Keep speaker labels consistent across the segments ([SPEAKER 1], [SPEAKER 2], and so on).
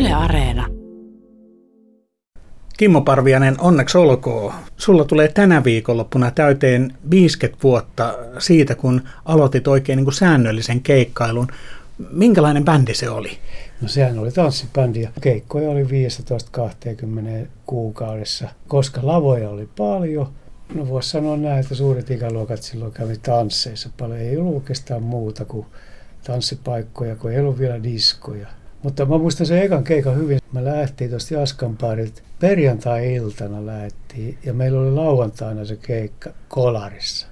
[SPEAKER 1] Yle Areena.
[SPEAKER 2] Kimmo Parviainen, onneksi olkoon. Sulla tulee tänä viikonloppuna täyteen 50 vuotta siitä, kun aloitit oikein niin kuin säännöllisen keikkailun. Minkälainen bändi se oli?
[SPEAKER 3] No sehän oli tanssibändi ja keikkoja oli 15-20 kuukaudessa, koska lavoja oli paljon. No voisi sanoa näin, että suuret ikäluokat silloin kävi tansseissa paljon. Ei ollut oikeastaan muuta kuin tanssipaikkoja, kun ei ollut vielä diskoja. Mutta mä muistan sen ekan keikan hyvin. Mä lähdettiin tuosta Jaskanbaarilta. Perjantai-iltana lähdettiin ja meillä oli lauantaina se keikka Kolarissa.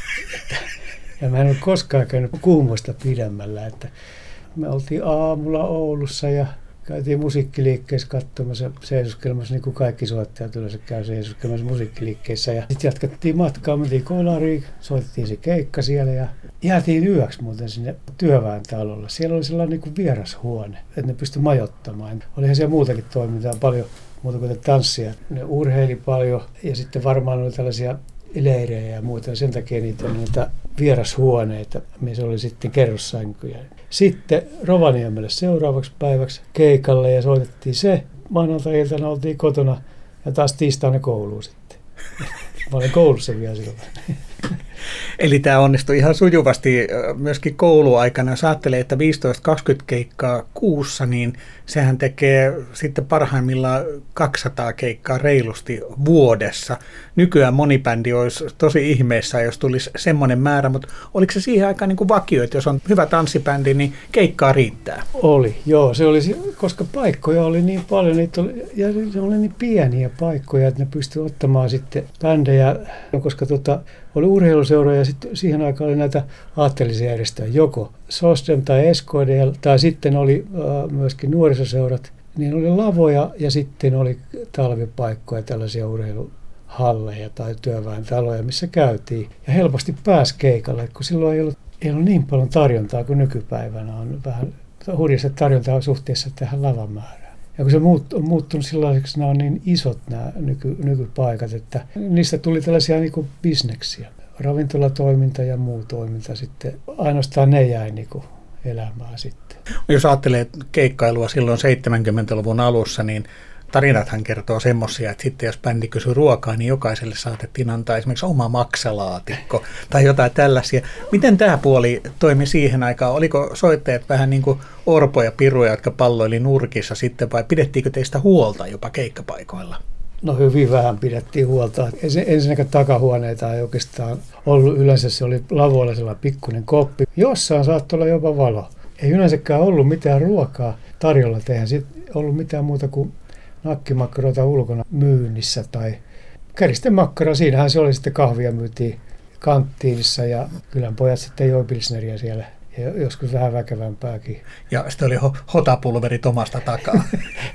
[SPEAKER 3] Ja mä en ole koskaan käynyt Kuhmosta pidemmällä. Että me oltiin aamulla Oulussa ja käytiin musiikkiliikkeessä katsomassa, seisoskelmassa, niin kuin kaikki soittajat yleensä käy seisoskelmassa musiikkiliikkeissä. Ja sitten jatkettiin matkaa, mentiin Kolariin, soitettiin se keikka siellä ja jäätiin yöksi muuten sinne työväentalolle. Siellä oli sellainen niin kuin vierashuone, että ne pystyi majoittamaan. Olihan siellä muutakin toimintaa paljon, muuta kuin tanssia. Ne urheili paljon ja sitten varmaan oli tällaisia leirejä ja muuta. Sen takia niitä oli niitä vierashuoneita, missä oli sitten kerrossänkyjä. Sitten Rovaniemelle seuraavaksi päiväksi keikalle ja soitettiin se. Maanantai-iltana oltiin kotona ja taas tiistaina kouluun sitten. Mä olin koulussa vielä silloin.
[SPEAKER 2] Eli tämä onnistui ihan sujuvasti myöskin kouluaikana. Jos ajattelee, että 15-20 keikkaa kuussa, niin sehän tekee sitten parhaimmillaan 200 keikkaa reilusti vuodessa. Nykyään moni bändi olisi tosi ihmeessä, jos tulisi semmoinen määrä, mutta oliko se siihen aikaan niin kuin vakio, että jos on hyvä tanssibändi, niin keikkaa riittää?
[SPEAKER 3] Oli, joo. Se oli, koska paikkoja oli niin paljon, ja se oli niin pieniä paikkoja, että ne pystyivät ottamaan sitten bändejä, koska oli urheiluseuroja ja sitten siihen aikaan oli näitä aatteellisia järjestöjä, joko SOSDEM tai SKDL, tai sitten oli myöskin nuorisoseurat, niin oli lavoja ja sitten oli talvipaikkoja, tällaisia urheiluhalleja tai työväentaloja, missä käytiin. Ja helposti pääsi keikalle, kun silloin ei ollut niin paljon tarjontaa kuin nykypäivänä on vähän hurjasti tarjontaa suhteessa tähän lavamäärään. Ja kun se on muuttunut sellaiseksi, nämä on niin isot nämä nykypaikat, että niistä tuli tällaisia niin kuin bisneksiä. Ravintolatoiminta ja muu toiminta sitten, ainoastaan ne jäi niin kuin elämään sitten.
[SPEAKER 2] Jos ajattelee keikkailua silloin 70-luvun alussa, niin tarinathan kertoo semmoisia, että sitten jos bändi kysyi ruokaa, niin jokaiselle saatettiin antaa esimerkiksi oma maksalaatikko tai jotain tällaisia. Miten tämä puoli toimi siihen aikaan? Oliko soittajat vähän niin kuin orpoja piruja, jotka palloili nurkissa sitten, vai pidettiinkö teistä huolta jopa keikkapaikoilla?
[SPEAKER 3] No hyvin vähän pidettiin huolta. Ensinnäkin takahuoneita ei oikeastaan ollut. Yleensä se oli lavoilla sellainen pikkuinen koppi. Jossain saattoi olla jopa valo. Ei yleensäkään ollut mitään ruokaa tarjolla tehdä. Sitten ollut mitään muuta kuin nakkimakkaroita ulkona myynnissä tai käristemakkara. Siinähän se oli sitten, kahvia myytiin kanttiinissa ja kylän pojat sitten joi pilsneriä siellä ja joskus vähän väkevämpääkin.
[SPEAKER 2] Ja sitten oli hotapulverit omasta takaa.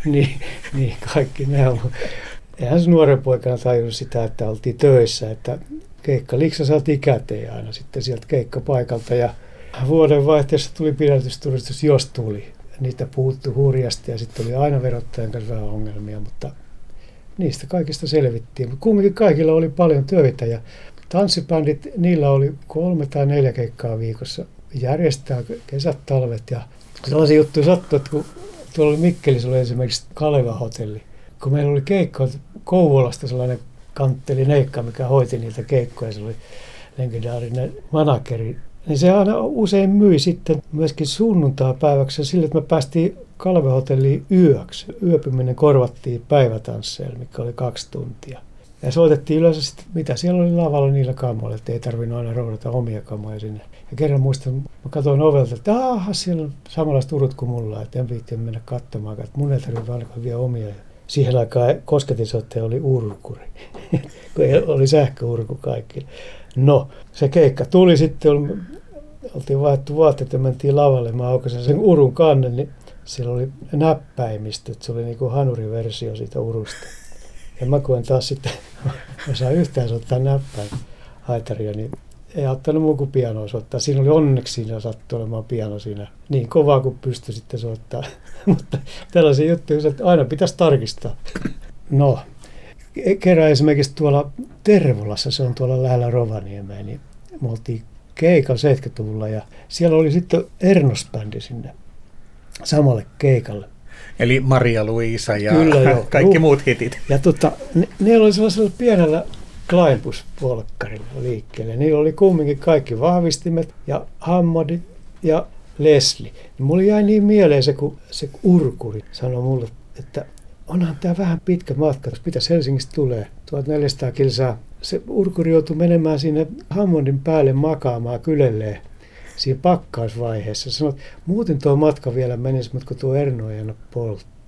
[SPEAKER 3] niin, kaikki ne on. Eihän se nuoren poikana tajunnut sitä, että oltiin töissä, että keikkaliksa saatiin käteen aina sitten sieltä keikkapaikalta ja vuodenvaihteessa tuli pidätysturistus, jos tuli. Niitä puuttui hurjasti ja sitten oli aina verottajan kanssa vähän ongelmia, mutta niistä kaikista selvittiin. Mutta kumminkin kaikilla oli paljon töitä ja tanssibändit, niillä oli 3 tai 4 keikkaa viikossa järjestää kesät, talvet ja sellaisia juttuja sattui, että kun tuolla oli Mikkelissä oli esimerkiksi Kaleva-hotelli. Kun meillä oli keikka Kouvolasta sellainen Kantteli Neikka, mikä hoiti niitä keikkoja, se oli legendaarinen manageri. Niin se aina usein myi sitten myöskin sunnuntaipäiväksi sille, että me päästiin Kalve-hotelliin yöksi. Yöpyminen korvattiin päivätansseilla, mikä oli 2 tuntia. Ja soitettiin yleensä sitten, mitä siellä oli lavalla niillä kamoilla, että ei tarvinnut aina roudata omia kamoja sinne. Ja kerran muistan, mä katsoin ovelta, että siellä on samanlaiset urut kuin mulla, että en viitti mennä katsomaan, että mun ei tarvitse ainakaan vielä omia. Siihen aikaan kosketinsoittaja oli urkuri, kun oli sähköurku kaikille. No, se keikka tuli sitten, oltiin vaihtu vaatteet ja mentiin lavalle. Mä aukasin sen urun kannen, niin siellä oli näppäimistö, se oli niin kuin hanuriversio siitä urusta. Ja mä koen taas sitten, mä saan yhtään soittaa näppäin haitaria, niin ei auttanut muu kuin pianoa soittaa. Siinä oli onneksi, siinä sattui olemaan piano siinä niin kovaa kuin pystyi sitten soittaa. Mutta tällaisia juttuja, että aina pitäisi tarkistaa. No, kerran esimerkiksi tuolla Tervolassa, se on tuolla lähellä Rovaniemeä, niin me oltiin keikalla 70-luvulla ja siellä oli sitten Ernos-bändi sinne samalle keikalle.
[SPEAKER 2] Eli Maria Luisa ja
[SPEAKER 3] Kyllä, joo.
[SPEAKER 2] kaikki muut hitit.
[SPEAKER 3] Ja ne oli sellaisella pienellä Kleinbus-polkkarilla liikkeelle. Niillä oli kumminkin kaikki vahvistimet ja Hammondit ja Leslie. Mulle jäi niin mieleen se, kun se urkuri sanoi mulle, että onhan tämä vähän pitkä matka, jos pitäisi Helsingistä tulee 1400 kilsaa. Se urkuri joutui menemään sinne Hammondin päälle makaamaan kylelleen siinä pakkausvaiheessa. Sanoi, että muuten tuo matka vielä menisi, mutta kun tuo Erno ei anna polttaa.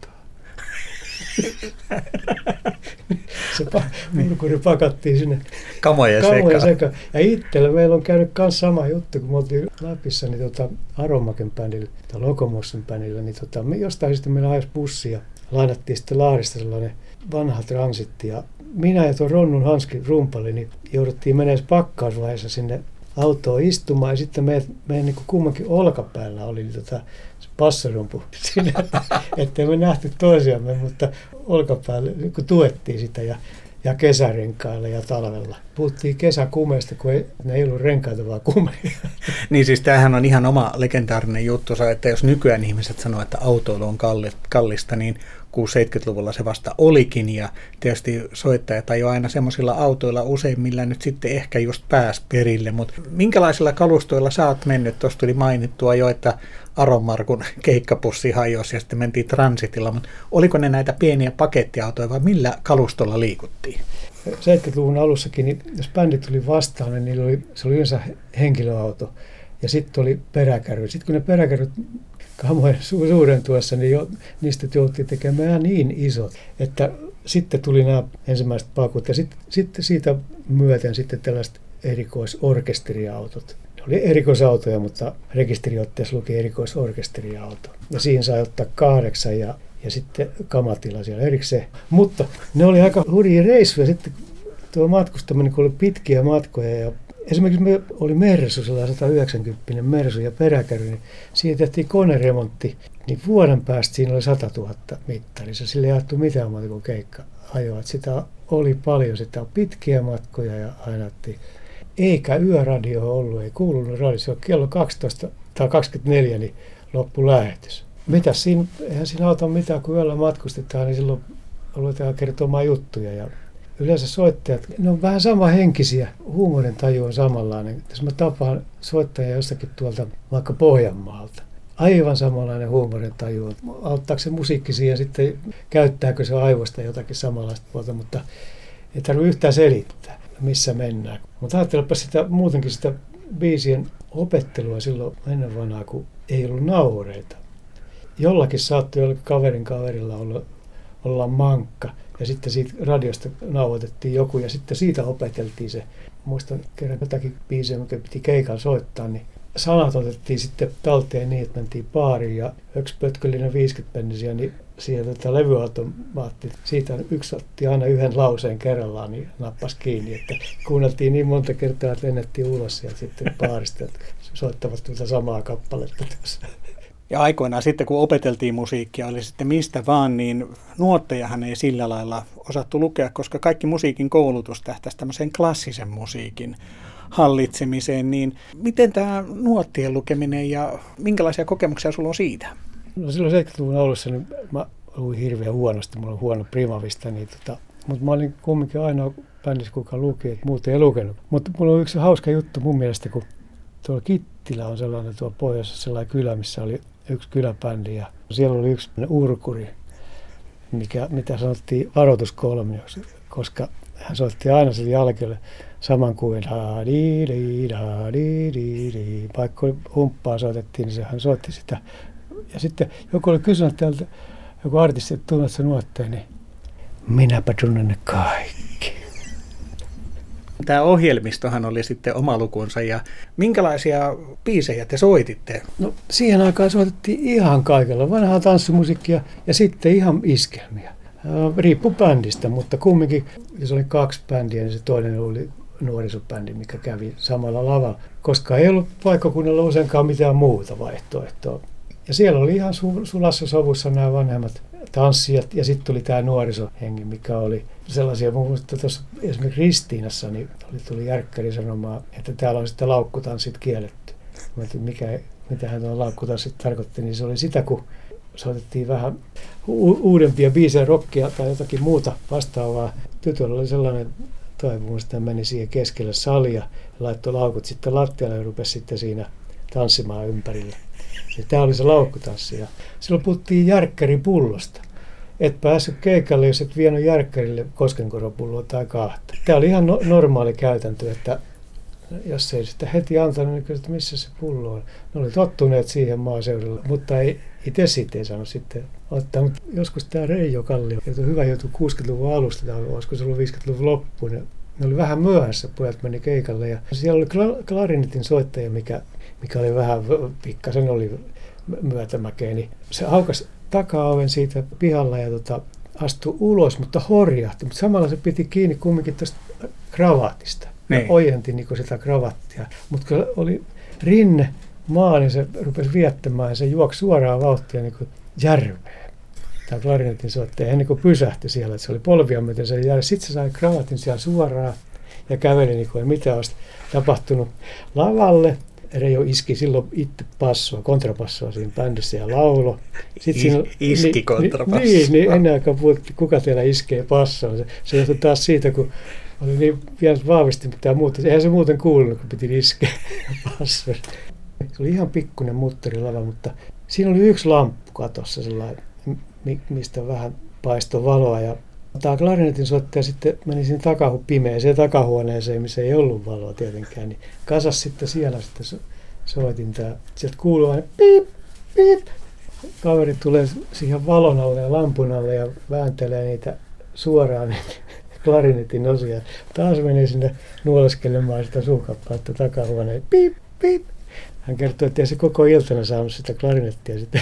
[SPEAKER 3] Se urkuri pakattiin sinne
[SPEAKER 2] Kamojen sekaan.
[SPEAKER 3] Ja itsellä meillä on käynyt myös sama juttu, kun me oltiin Lapissa niin Aromaken bändillä tai Lokomotion bändillä, niin me jostain sitten meillä ajas bussi ja lainattiin sitten Laarista sellainen vanha transitti. Ja minä ja tuo Ronnun Hanski rumpali, niin jouduttiin menemään pakkausvaiheessa sinne autoon istumaan ja sitten meidän niin kummankin olkapäällä oli niin se passorumpu siinä, ettei me nähty toisiamme, mutta olkapäällä kun tuettiin sitä ja kesärenkailla ja talvella. Puhuttiin kesäkumeista, kun ne ei ollut renkaita, vaan kumeja.
[SPEAKER 2] Niin siis tämähän on ihan oma legendaarinen juttu, että jos nykyään ihmiset sanoo, että autoilu on kallista, niin 60-70-luvulla se vasta olikin, ja tietysti soittajat ajoi aina semmoisilla autoilla useimmilla nyt sitten ehkä just pääsi perille, mutta minkälaisilla kalustoilla sä oot mennyt? Tuossa tuli mainittua jo, että Aron Markun keikkapussi hajosi ja sitten mentiin transitilla, mutta oliko ne näitä pieniä pakettiautoja vai millä kalustolla liikuttiin?
[SPEAKER 3] 70-luvun alussakin, niin jos bändi tuli vastaan, niin se oli yleensä henkilöauto ja sitten oli peräkärry. Sitten kun ne peräkärryt kamojen suurentuessa, niin niistä jouttiin tekemään niin isot, että sitten tuli nämä ensimmäiset pakut ja sitten siitä myöten sitten tällaiset erikoisorkesteriautot. Ne oli erikoisautoja, mutta rekisteriotteessa luki erikoisorkesteriauto. Ja siinä sai ottaa 8 ja sitten kamatilla siellä erikseen. Mutta ne oli aika hurjia reissuja sitten tuo matkustaminen, kun oli pitkiä matkoja. Ja esimerkiksi me oli Mersu, sellainen 190 Mersu ja peräkärry, niin siihen tehtiin koneremontti. Niin vuoden päästä siinä oli 100 000 mittarissa. Sillä ei jaettu mitään muuta kuin keikka ajoa. Sitä oli paljon, sitä on pitkiä matkoja ja ainakin. Eikä yöradio ollut, ei kuulunut radio. Se on kello 12 tai 24, niin loppu lähetys. Mitäs siinä, eihän siinä auta mitään, kun yöllä matkustetaan, niin silloin aletaan kertomaan juttuja. Ja yleensä soittajat, ne on vähän samanhenkisiä, huumorin taju on samanlainen. Jos mä tapaan soittajia jostakin tuolta vaikka Pohjanmaalta, aivan samanlainen huumorin taju. Auttaako se musiikki siihen sitten, käyttääkö se aivoista jotakin samanlaista puolta, mutta ei tarvitse yhtään selittää, missä mennään. Mutta ajattelepa sitä, muutenkin sitä biisien opettelua silloin ennen vanhaa, kun ei ollut nauhureita. Jollakin saattoi jollakin kaverilla olla mankka ja sitten siitä radiosta nauhoitettiin joku ja sitten siitä opeteltiin se. Muistan kerran jotakin biisiä, mikä piti keikan soittaa, niin sanat otettiin sitten talteen niin, että mentiin baariin ja yksi pötköllinen 50-pennisiä, niin sieltä levyautomaatti, siitä yksi otti aina yhden lauseen kerrallaan, niin nappasi kiinni, että kuunneltiin niin monta kertaa, että lennettiin ulos sieltä sitten baarista, että soittavat tuota samaa kappaletta tässä.
[SPEAKER 2] Ja aikoinaan sitten, kun opeteltiin musiikkia, oli sitten mistä vaan, niin nuottejahan ei sillä lailla osattu lukea, koska kaikki musiikin koulutus tähtäisi tämmöiseen klassisen musiikin hallitsemiseen. Niin miten tämä nuottien lukeminen ja minkälaisia kokemuksia sulla on siitä?
[SPEAKER 3] No silloin 70-luvun alussa niin mä luin hirveän huonosti, mulla on huono primavista, niin mutta mä olin kumminkin ainoa bändissä, kuka luki, että muut ei lukenut. Mutta mulla on yksi hauska juttu mun mielestä, kun tuolla Kittilä on sellainen tuolla pohjoisessa sellainen kylä, missä oli yksi kyläbändi ja siellä oli yksi urkuri, mitä sanottiin varoituskolmioksi, koska hän soitti aina sille jälkeen saman kuin vaikka humppaa soitettiin, niin hän soitti sitä. Ja sitten joku oli kysynyt täältä, joku artisti, että tunnet sen nuotteen, niin minäpä tunnen ne kaikki.
[SPEAKER 2] Tämä ohjelmistohan oli sitten oma lukunsa ja minkälaisia biisejä te soititte?
[SPEAKER 3] No siihen aikaan soitettiin ihan kaikella, vanhaa tanssimusiikkia ja sitten ihan iskelmiä. Riippui bändistä, mutta kumminkin, jos oli 2 bändiä, niin se toinen oli nuorisobändi, mikä kävi samalla lavalla, koska ei ollut paikkakunnalla useinkaan mitään muuta vaihtoehtoa. Ja siellä oli ihan sulassa sovussa nämä vanhemmat tanssijat ja sitten tuli tämä nuorisohengi, mikä oli sellaisia, muun muassa tuossa esimerkiksi Ristiinassa niin tuli järkkäri sanomaan, että täällä on sitten laukkutanssit kielletty. Mä ajattelin, mitähän tuo laukkutanssit tarkoitti, niin se oli sitä, kun soitettiin vähän uudempia biisejä, rockia tai jotakin muuta vastaavaa. Tytöllä oli sellainen taipumus, että hän meni siihen keskelle salia ja laittoi laukut sitten lattialle ja rupesi sitten siinä tanssimaan ympärillä. Ja tämä oli se laukkutanssi. Ja silloin puhuttiin järkkäripullosta. Et päässyt keikalle, jos et vienyt järkkärille koskenkorvapulloa tai kahta. Tämä oli ihan normaali käytäntö, että jos ei sitä heti antanut, niin kysyi, että missä se pullo on. Ne oli tottuneet siihen maaseudulla, mutta itse siitä ei saanut sitten ottaa. Mutta joskus tämä Reijo Kallio, joka hyvä juttu 60-luvun alusta, tai olisiko se ollut 50-luvun loppuun. Ne oli vähän myöhässä, pojat meni keikalle. Ja siellä oli klarinetin soittaja, mikä oli vähän pikkasen oli myötämäkeä. Niin se aukasi takaoven siitä pihalla ja astui ulos, mutta horjahti. Mutta samalla se piti kiinni kumminkin tästä kravaatista. Ja ojenti niin sitä kravattia. Mutta kun oli rinne maa, niin se rupesi viettämään ja se juoksi suoraan vauhtia niin järveen. Tämä klarinetin soittaja ennen kuin pysähtyi siellä, että se oli polvia myöten se järve. Sitten se sai kravatin siellä suoraan ja käveli niin kuin mitä olisi tapahtunut lavalle. Reijo iski silloin itse kontrapassoa siinä bändissä ja laulo.
[SPEAKER 2] Iski kontrapassoa.
[SPEAKER 3] Niin ennen aikaa puhuttiin, kuka teillä iskee passoa. Se johtui taas siitä, kun oli niin vielä vahvisti mitään muuta. Eihän se muuten kuulunut, kun piti iskeä passoa. Se oli ihan pikkuinen mutterilava, mutta siinä oli yksi lamppu katossa, sellainen, mistä vähän paistoi valoa. Ja tämä klarinetin soittaja sitten meni sinne pimeäseen takahuoneeseen, missä ei ollut valoa tietenkään, niin kasas sitten siellä sitten soitinta. Sieltä kuuluu aina piip, piip. Kaveri tulee siihen valon alle ja lampun alle ja vääntelee niitä suoraan niitä klarinetin osia. Taas meni sinne nuoleskelemaan sitä suukappaletta takahuoneen. Piip, piip. Hän kertoi, että ei se koko iltana saanut sitä klarinettia sitten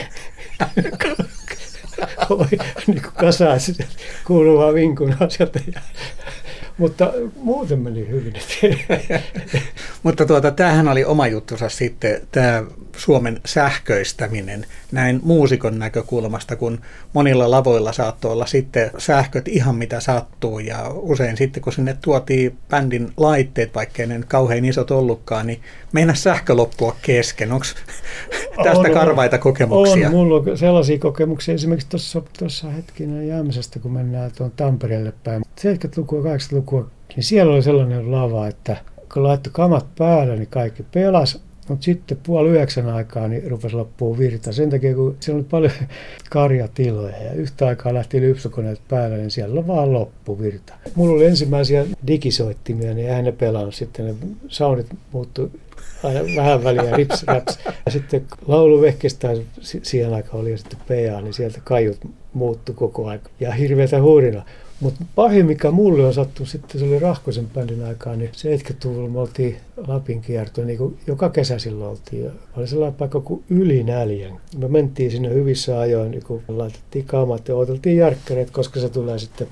[SPEAKER 3] niin kuin kasaisi kuuluvaa vinkunaa sieltä. Mutta muuten meni hyvin.
[SPEAKER 2] Mutta tämähän oli oma juttunsa sitten, tämä Suomen sähköistäminen näin muusikon näkökulmasta, kun monilla lavoilla saattoi olla sitten sähköt ihan mitä sattuu ja usein sitten kun sinne tuotiin bändin laitteet, vaikkei ne kauhean isot ollutkaan, niin meinasi sähkö loppua kesken. Onko tästä karvaita kokemuksia?
[SPEAKER 3] On, mulla on sellaisia kokemuksia esimerkiksi tuossa hetkinen jäämisestä, kun mennään tuon Tampereelle päin. 70-lukua, 80-lukua, niin siellä oli sellainen lava, että kun laittoi kamat päällä, niin kaikki pelasi. Mutta sitten 8:30 aikaa niin rupesi loppuun virta. Sen takia, kun siellä oli paljon karjatiloja ja yhtä aikaa lähti lypsykoneet päällä, niin siellä vaan loppu virta. Mulla oli ensimmäisiä digisoittimia, niin eihän ne pelannut. Sitten ne soundit muuttui aina vähän väliä rips, raps. Ja sitten lauluvehkestä siihen aikaan oli sitten PA, niin sieltä kaiut muuttui koko ajan. Ja hirveätä huurina. Mutta pahin, mikä mulle on sattunut sitten, se oli Rahkosen bändin aikaan, niin 70-luvulla me oltiin Lapin kiertoa, niin kuin joka kesä silloin oltiin. Ja oli sellainen paikka kuin Ylinäljän. Me mentiin sinne hyvissä ajoin, niin kun laitettiin kamat ja odoteltiin järkkäreet, koska se tulee sitten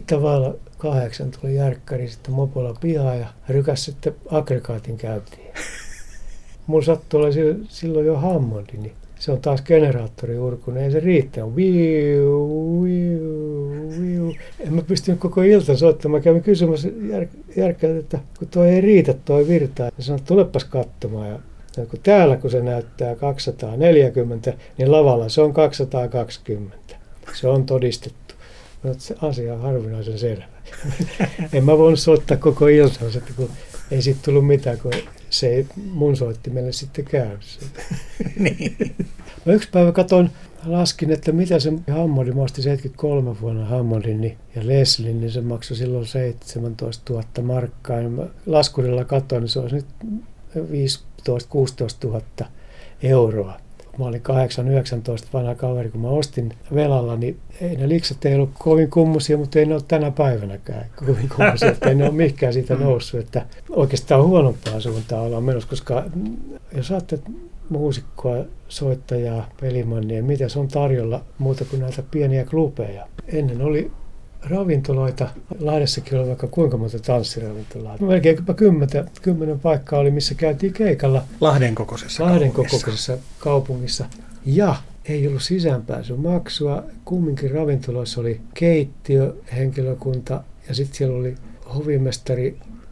[SPEAKER 3] 7:05 tuli järkkäri sitten mopolla pihaan ja rykäs sitten aggregaatin käyntiin. Mulla sattui olla silloin jo Hammondi, niin se on taas generaattori urkunen, ei se riittänyt. Viu, viu, viu. En mä pystynyt koko ilta soittamaan. Mä kävin kysymässä järkkäältä, että kun toi ei riitä toi virta. Ja sanoin, että tulepas katsomaan. Ja kun täällä kun se näyttää 240, niin lavalla se on 220. Se on todistettu. Mutta se asia on harvinaisen selvä. En mä voinut soittaa koko ilta, kun ei siitä tullut mitään, kun se ei mun soittimelle sitten käy.
[SPEAKER 2] Niin.
[SPEAKER 3] Mä yksi päivä laskin, että mitä se Hammondin, mä ostin 73 vuonna Hammondin ja Leslin, niin se maksoi silloin 17 000 markkaa. Ja mä laskurilla katsoin, niin se olisi nyt 15 000–16 000 euroa. Mä olin 8–19 vanha kaveri, kun mä ostin velalla, niin ei ne liksat ei ollut kovin kummosia, mutta ei ne ole tänä päivänäkään kovin kummosia, että ei ne ole mihinkään siitä noussut. Että oikeastaan huonompaa suuntaan ollaan menossa, koska jos ajattelet muusikkoa, soittajaa, pelimannia, mitä se on tarjolla muuta kuin näitä pieniä klubeja. Ennen oli ravintoloita. Lahdessakin oli vaikka kuinka monta tanssiravintolaa. Melkeinpä 10 paikkaa oli, missä käytiin keikalla.
[SPEAKER 2] Lahden kokoisessa
[SPEAKER 3] kaupungissa. Ja ei ollut sisäänpääsymaksua. Kumminkin ravintoloissa oli keittiöhenkilökunta ja sitten siellä oli hovimestari,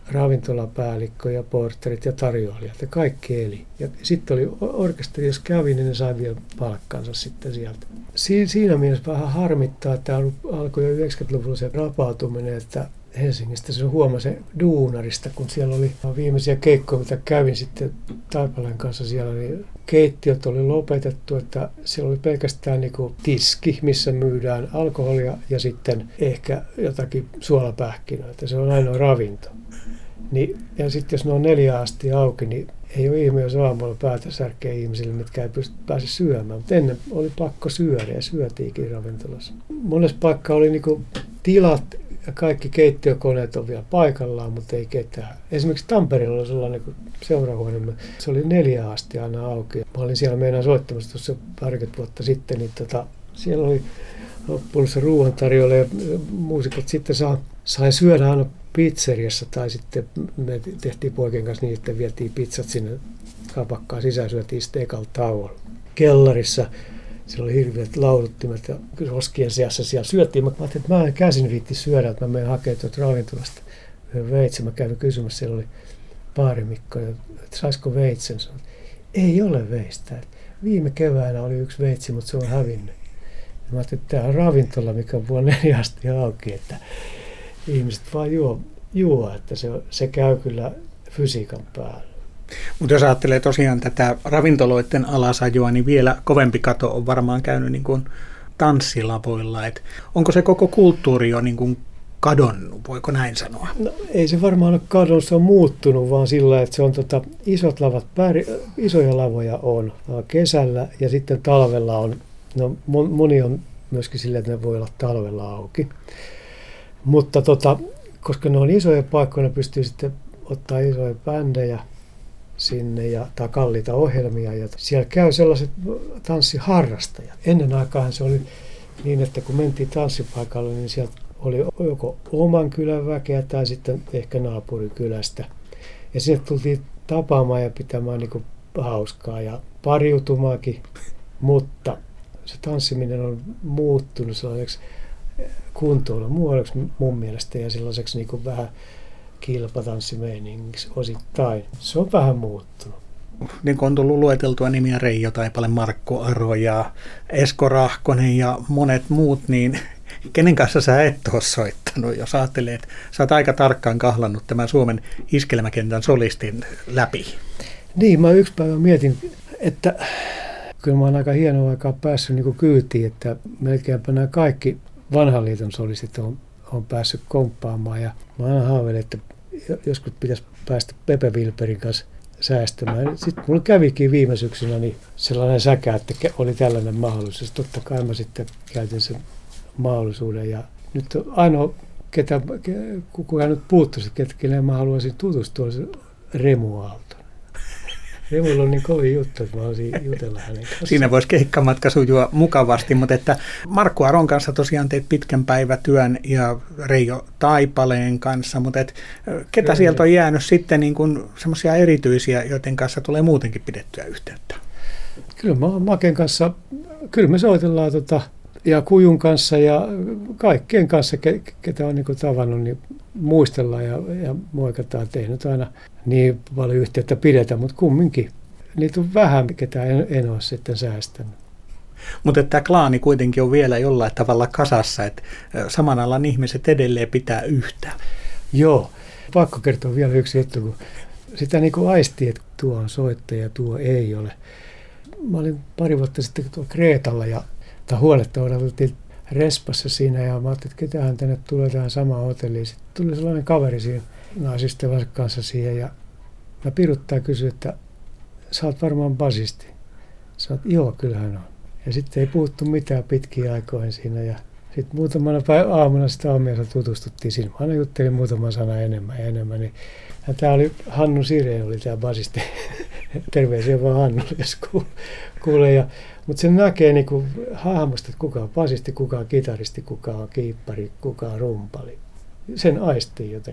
[SPEAKER 3] ravintolapäällikkö ja porterit ja tarjoilijat ja kaikki eli. Ja sitten oli orkesteri, jos kävi, niin ne sai vielä palkkansa sitten sieltä. Siinä mielessä vähän harmittaa, että alkoi jo 90-luvulla se rapautuminen, että Helsingistä se huomasi duunarista, kun siellä oli viimeisiä keikkoja, mitä kävin sitten Taipaleen kanssa siellä, niin keittiöt oli lopetettu, että siellä oli pelkästään niin kuin tiski, missä myydään alkoholia ja sitten ehkä jotakin suolapähkinöitä. Se on ainoa ravinto. Niin, ja sitten jos ne on 4 asti auki, niin ei ole ihme, jos aamulla päätä särkeä ihmisille, mitkä ei pääse syömään. Mutta ennen oli pakko syödä ja syötiinkin ravintolassa. Monessa paikkaa oli niin kuin tilat ja kaikki keittiökoneet on vielä paikallaan, mutta ei ketään. Esimerkiksi Tampereella oli sellainen seurahuone, se oli 4 asti aina auki. Mä olin siellä meidän soittamassa tuossa parikymmentä vuotta sitten, niin siellä oli loppunut se ruoantarjolla ja muusikot sitten sai syödä aina pizzeriassa tai sitten me tehtiin poikien kanssa niin, että vietiin pizzat sinne kapakkaan sisään, syötiin sitten ekalla tauolla. Kellarissa siellä oli hirveät lauduttimet ja roskien seassa siellä syötiin. Mä ajattelin, että mä en käsin viitti syödä, että mä menen hakemaan tuolta ravintolasta yhden veitsen. Mä kävin kysymässä, siellä oli baarimikko, että saisiko veitsen. Sanoin, ei ole veistä. Viime keväänä oli 1 veitsi, mutta se on hävinnyt. Ja mä ajattelin, että tämä on ravintola, mikä on puoli 4 asti auki, että ihmiset vaan juo, että se käy kyllä fysiikan päällä.
[SPEAKER 2] Mutta jos ajattelee tosiaan tätä ravintoloiden alasajoa, niin vielä kovempi kato on varmaan käynyt niin kuin tanssilavoilla. Et onko se koko kulttuuri jo niin kuin kadonnut, voiko näin sanoa?
[SPEAKER 3] No, ei se varmaan ole kadonnut, se on muuttunut vaan sillä, että se on isot lavat, isoja lavoja on kesällä ja sitten talvella on, no moni on myöskin sillä, että ne voi olla talvella auki. Mutta koska ne on isoja paikkoja, ne pystyy sitten ottaa isoja bändejä sinne tai kalliita ohjelmia. Ja siellä käy sellaiset tanssiharrastajat. Ennen aikaan se oli niin, että kun mentiin tanssipaikalle, niin sieltä oli joko oman kylän väkeä tai sitten ehkä naapurikylästä. Ja sieltä tultiin tapaamaan ja pitämään niin kuin hauskaa ja pariutumaakin, mutta se tanssiminen on muuttunut sellaiseksi kuntoilun muodoksi mun mielestä ja sellaiseksi niin kuin vähän kilpatanssimeningiksi osittain. Se on vähän muuttunut.
[SPEAKER 2] Niin kuin on tullut lueteltua nimiä Reijo Taipale, Markku Aro ja Esko Rahkonen ja monet muut, niin kenen kanssa sä et ole soittanut, jos ajattelee, että sä oot aika tarkkaan kahlannut tämän Suomen iskelmäkentän solistin läpi?
[SPEAKER 3] Niin, mä yksi päivä mietin, että kyllä mä oon aika hienoa aikaa päässyt niin kuin kyytiin, että melkeinpä nämä kaikki vanhan liiton solistit on päässyt komppaamaan ja mä aina haaveilin, että joskus pitäisi päästä Pepe Wilberin kanssa säästämään. Sitten mulla kävikin viime syksynä niin sellainen säkä, että oli tällainen mahdollisuus. Totta kai mä sitten käytin sen mahdollisuuden ja nyt ainoa, kuka nyt puuttuisi, keneen mä haluaisin tutustua, on se Remu Aalto. Remulla on niin kovin juttu, että mä haluaisin jutella hänen kanssaan.
[SPEAKER 2] Siinä voisi keikkamatka sujua mukavasti, mutta että Markku Aron kanssa tosiaan teet pitkän päivätyön ja Reijo Taipaleen kanssa, mutta ketä sieltä on jäänyt sitten niin kuin semmoisia erityisiä, joiden kanssa tulee muutenkin pidettyä yhteyttä?
[SPEAKER 3] Kyllä mä Maken kanssa, kyllä me soitellaan ja Kujun kanssa ja kaikkien kanssa, ketä on niin kuin tavannut, niin muistellaan ja moikataan, tehnyt aina niin paljon yhteyttä pidetään, mutta kumminkin niitä on vähän, ketä en ole sitten säästänyt.
[SPEAKER 2] Mutta tämä klaani kuitenkin on vielä jollain tavalla kasassa, että saman alan ihmiset edelleen pitää yhtä.
[SPEAKER 3] Joo, pakko kertoa vielä yksi juttu, kun sitä niin kuin aistii, että tuo on soittaja ja tuo ei ole. Mä olin pari vuotta sitten tuolla Kreetalla ja huonetta odoteltiin Respassa siinä ja mä ajattelin, että ketähän tänne tulee tähän samaan hotelliin. Sitten tuli sellainen kaveri siinä naisystävänsä kanssa siihen ja mä piruttaa ja kysyin, että sä oot varmaan basisti. Sanoin, että joo, kyllähän on. Ja sitten ei puhuttu mitään pitkiä aikoihin siinä ja sitten muutamana aamuna sitä aamiaisella tutustuttiin siinä. Mä aina juttelin muutaman sanan enemmän ja enemmän. Niin, ja tää oli Hannu Sireen, oli tää basisti. Terveisiä vaan Hannulle, jos kuulee. Mutta se näkee niinku hahmosta, että kuka on basisti, kuka on kitaristi, kuka on kiippari, kuka on rumpali. Sen aistii jotenkin.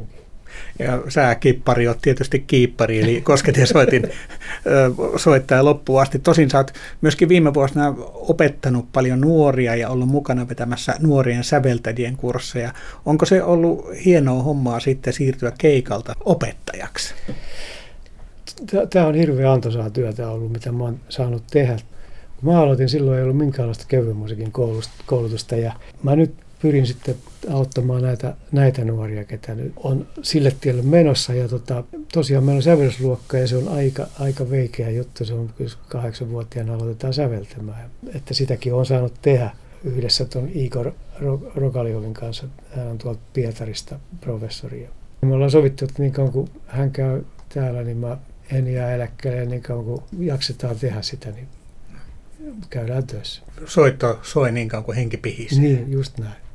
[SPEAKER 2] Ja sääkippari on tietysti kiippari, eli Kosket ja Soitin soittaa loppuun asti. Tosin sä oot myöskin viime vuosina opettanut paljon nuoria ja ollut mukana vetämässä nuorien säveltäjien kursseja. Onko se ollut hienoa hommaa sitten siirtyä keikalta opettajaksi?
[SPEAKER 3] Tämä on hirveän antoisaa työtä ollut, mitä mä oon saanut tehdä. Kun mä aloitin, silloin ei ollut minkäänlaista kevyen musiikin koulutusta ja mä nyt pyrin sitten auttamaan näitä nuoria, ketä nyt on sille tielle menossa. Ja tosiaan meillä on sävellysluokka ja se on aika veikeä juttu. Se on 8-vuotiaana aloitetaan säveltämään. Että sitäkin on saanut tehdä yhdessä tuon Igor Rogaliovin kanssa. Hän on tuolta Pietarista professori. Me ollaan sovittu, että niin kauan kun hän käy täällä, niin mä en jää eläkkeelle. Niin kauan kun jaksetaan tehdä sitä, niin käydään töissä.
[SPEAKER 2] Soitto soi niin kauan kuin henki pihisee.
[SPEAKER 3] Niin, just näin.